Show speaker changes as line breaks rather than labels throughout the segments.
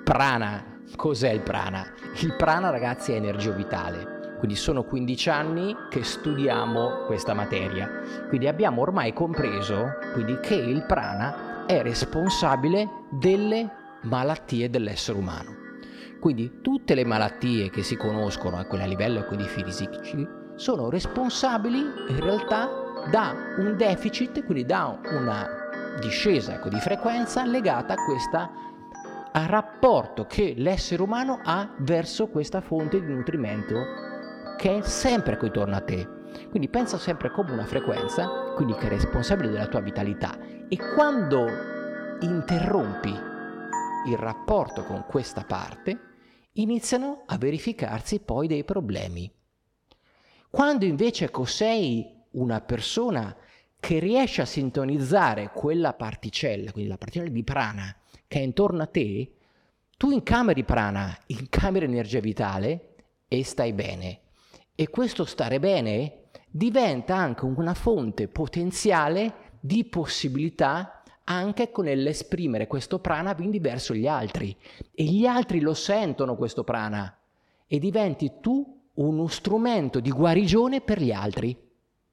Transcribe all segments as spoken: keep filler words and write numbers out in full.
prana, cos'è il prana? Il prana, ragazzi, è energia vitale, quindi sono quindici anni che studiamo questa materia, quindi abbiamo ormai compreso quindi che il prana è responsabile delle malattie dell'essere umano. Quindi tutte le malattie che si conoscono a quel livello quindi fisici sono responsabili in realtà da un deficit, quindi da una discesa ecco, di frequenza legata a questo rapporto che l'essere umano ha verso questa fonte di nutrimento che è sempre qui intorno a te. Quindi pensa sempre come una frequenza, quindi che è responsabile della tua vitalità, e quando interrompi il rapporto con questa parte iniziano a verificarsi poi dei problemi. Quando invece ecco, sei una persona che riesce a sintonizzare quella particella, quindi la particella di prana che è intorno a te, tu incameri prana, incameri energia vitale e stai bene. E questo stare bene diventa anche una fonte potenziale di possibilità anche con l'esprimere questo prana quindi verso gli altri. E gli altri lo sentono questo prana e diventi tu uno strumento di guarigione per gli altri.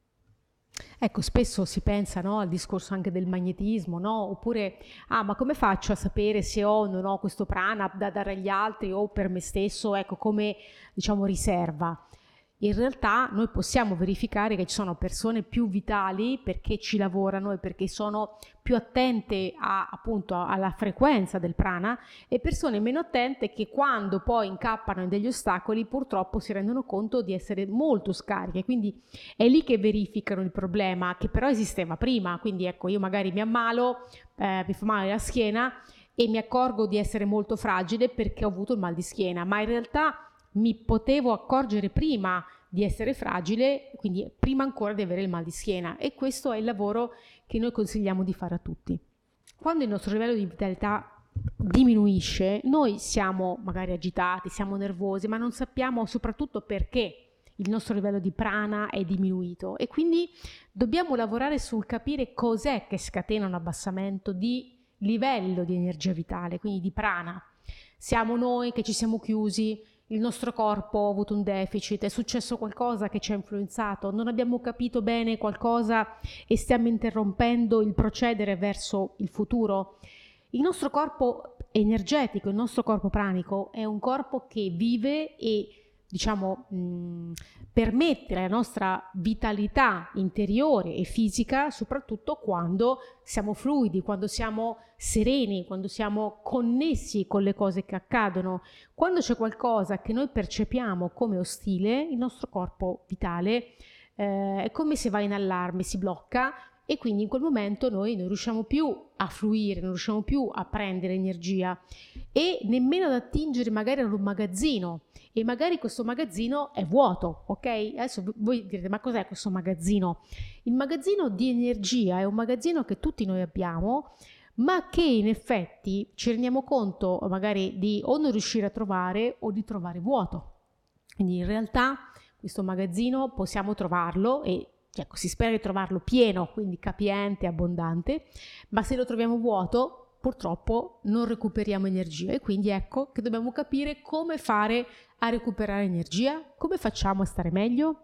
Ecco, spesso si pensa no, al discorso anche del magnetismo, no? Oppure, ah, ma come faccio a sapere se ho o non ho questo prana da dare agli altri o per me stesso, ecco, come, diciamo, riserva. In realtà noi possiamo verificare che ci sono persone più vitali perché ci lavorano e perché sono più attente a, appunto alla frequenza del prana, e persone meno attente che quando poi incappano in degli ostacoli purtroppo si rendono conto di essere molto scariche. Quindi è lì che verificano il problema che però esisteva prima. Quindi ecco, io magari mi ammalo, eh, mi fa male la schiena e mi accorgo di essere molto fragile perché ho avuto il mal di schiena, ma in realtà mi potevo accorgere prima di essere fragile, quindi prima ancora di avere il mal di schiena, e questo è il lavoro che noi consigliamo di fare a tutti. Quando il nostro livello di vitalità diminuisce, noi siamo magari agitati, siamo nervosi, ma non sappiamo soprattutto perché il nostro livello di prana è diminuito, e quindi dobbiamo lavorare sul capire cos'è che scatena un abbassamento di livello di energia vitale, quindi di prana. Siamo noi che ci siamo chiusi, il nostro corpo ha avuto un deficit, è successo qualcosa che ci ha influenzato, non abbiamo capito bene qualcosa e stiamo interrompendo il procedere verso il futuro. Il nostro corpo energetico, il nostro corpo pranico è un corpo che vive e diciamo mh, permette la nostra vitalità interiore e fisica soprattutto quando siamo fluidi, quando siamo sereni, quando siamo connessi con le cose che accadono. Quando c'è qualcosa che noi percepiamo come ostile, il nostro corpo vitale eh, è come se va in allarme, si blocca, e quindi in quel momento noi non riusciamo più a fluire, non riusciamo più a prendere energia e nemmeno ad attingere magari ad un magazzino, e magari questo magazzino è vuoto, ok? Adesso voi direte, ma cos'è questo magazzino? Il magazzino di energia è un magazzino che tutti noi abbiamo, ma che in effetti ci rendiamo conto magari di o non riuscire a trovare o di trovare vuoto. Quindi in realtà questo magazzino possiamo trovarlo, e ecco, si spera di trovarlo pieno, quindi capiente, abbondante, ma se lo troviamo vuoto purtroppo non recuperiamo energia, e quindi ecco che dobbiamo capire come fare a recuperare energia. Come facciamo a stare meglio?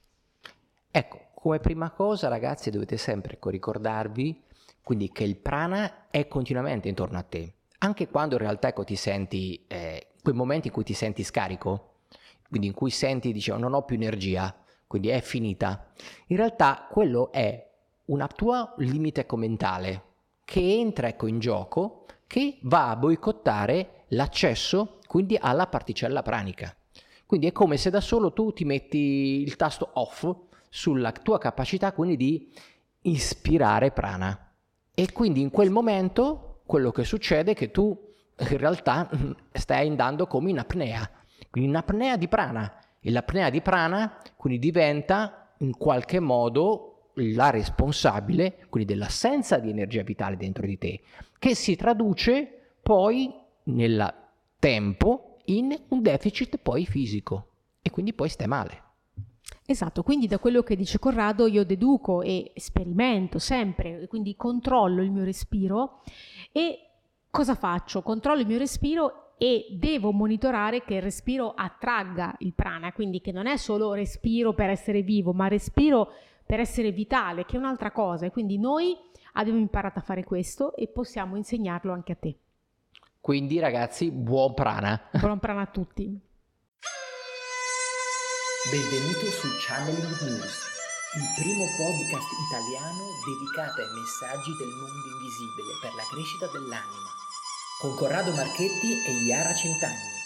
Ecco, come prima cosa ragazzi dovete sempre ricordarvi quindi che il prana è continuamente intorno a te, anche quando in realtà ecco, ti senti, eh, quei momenti in cui ti senti scarico, quindi in cui senti, diciamo, non ho più energia, quindi è finita. In realtà quello è una tua limite mentale che entra ecco, in gioco, che va a boicottare l'accesso quindi alla particella pranica. Quindi è come se da solo tu ti metti il tasto off sulla tua capacità quindi di ispirare prana, e quindi in quel momento quello che succede è che tu in realtà stai andando come in apnea, quindi in apnea di prana, e l'apnea di prana quindi diventa in qualche modo la responsabile quindi dell'assenza di energia vitale dentro di te, che si traduce poi nel tempo in un deficit poi fisico, e quindi poi stai male.
Esatto, quindi da quello che dice Corrado io deduco e sperimento sempre, quindi controllo il mio respiro. E cosa faccio? Controllo il mio respiro e devo monitorare che il respiro attragga il prana, quindi che non è solo respiro per essere vivo, ma respiro per essere vitale, che è un'altra cosa. E quindi noi abbiamo imparato a fare questo e possiamo insegnarlo anche a te.
Quindi ragazzi, buon prana.
Buon prana a tutti.
Benvenuto su Channeling News, il primo podcast italiano dedicato ai messaggi del mondo invisibile per la crescita dell'anima, con Corrado Marchetti e Iara Centanni.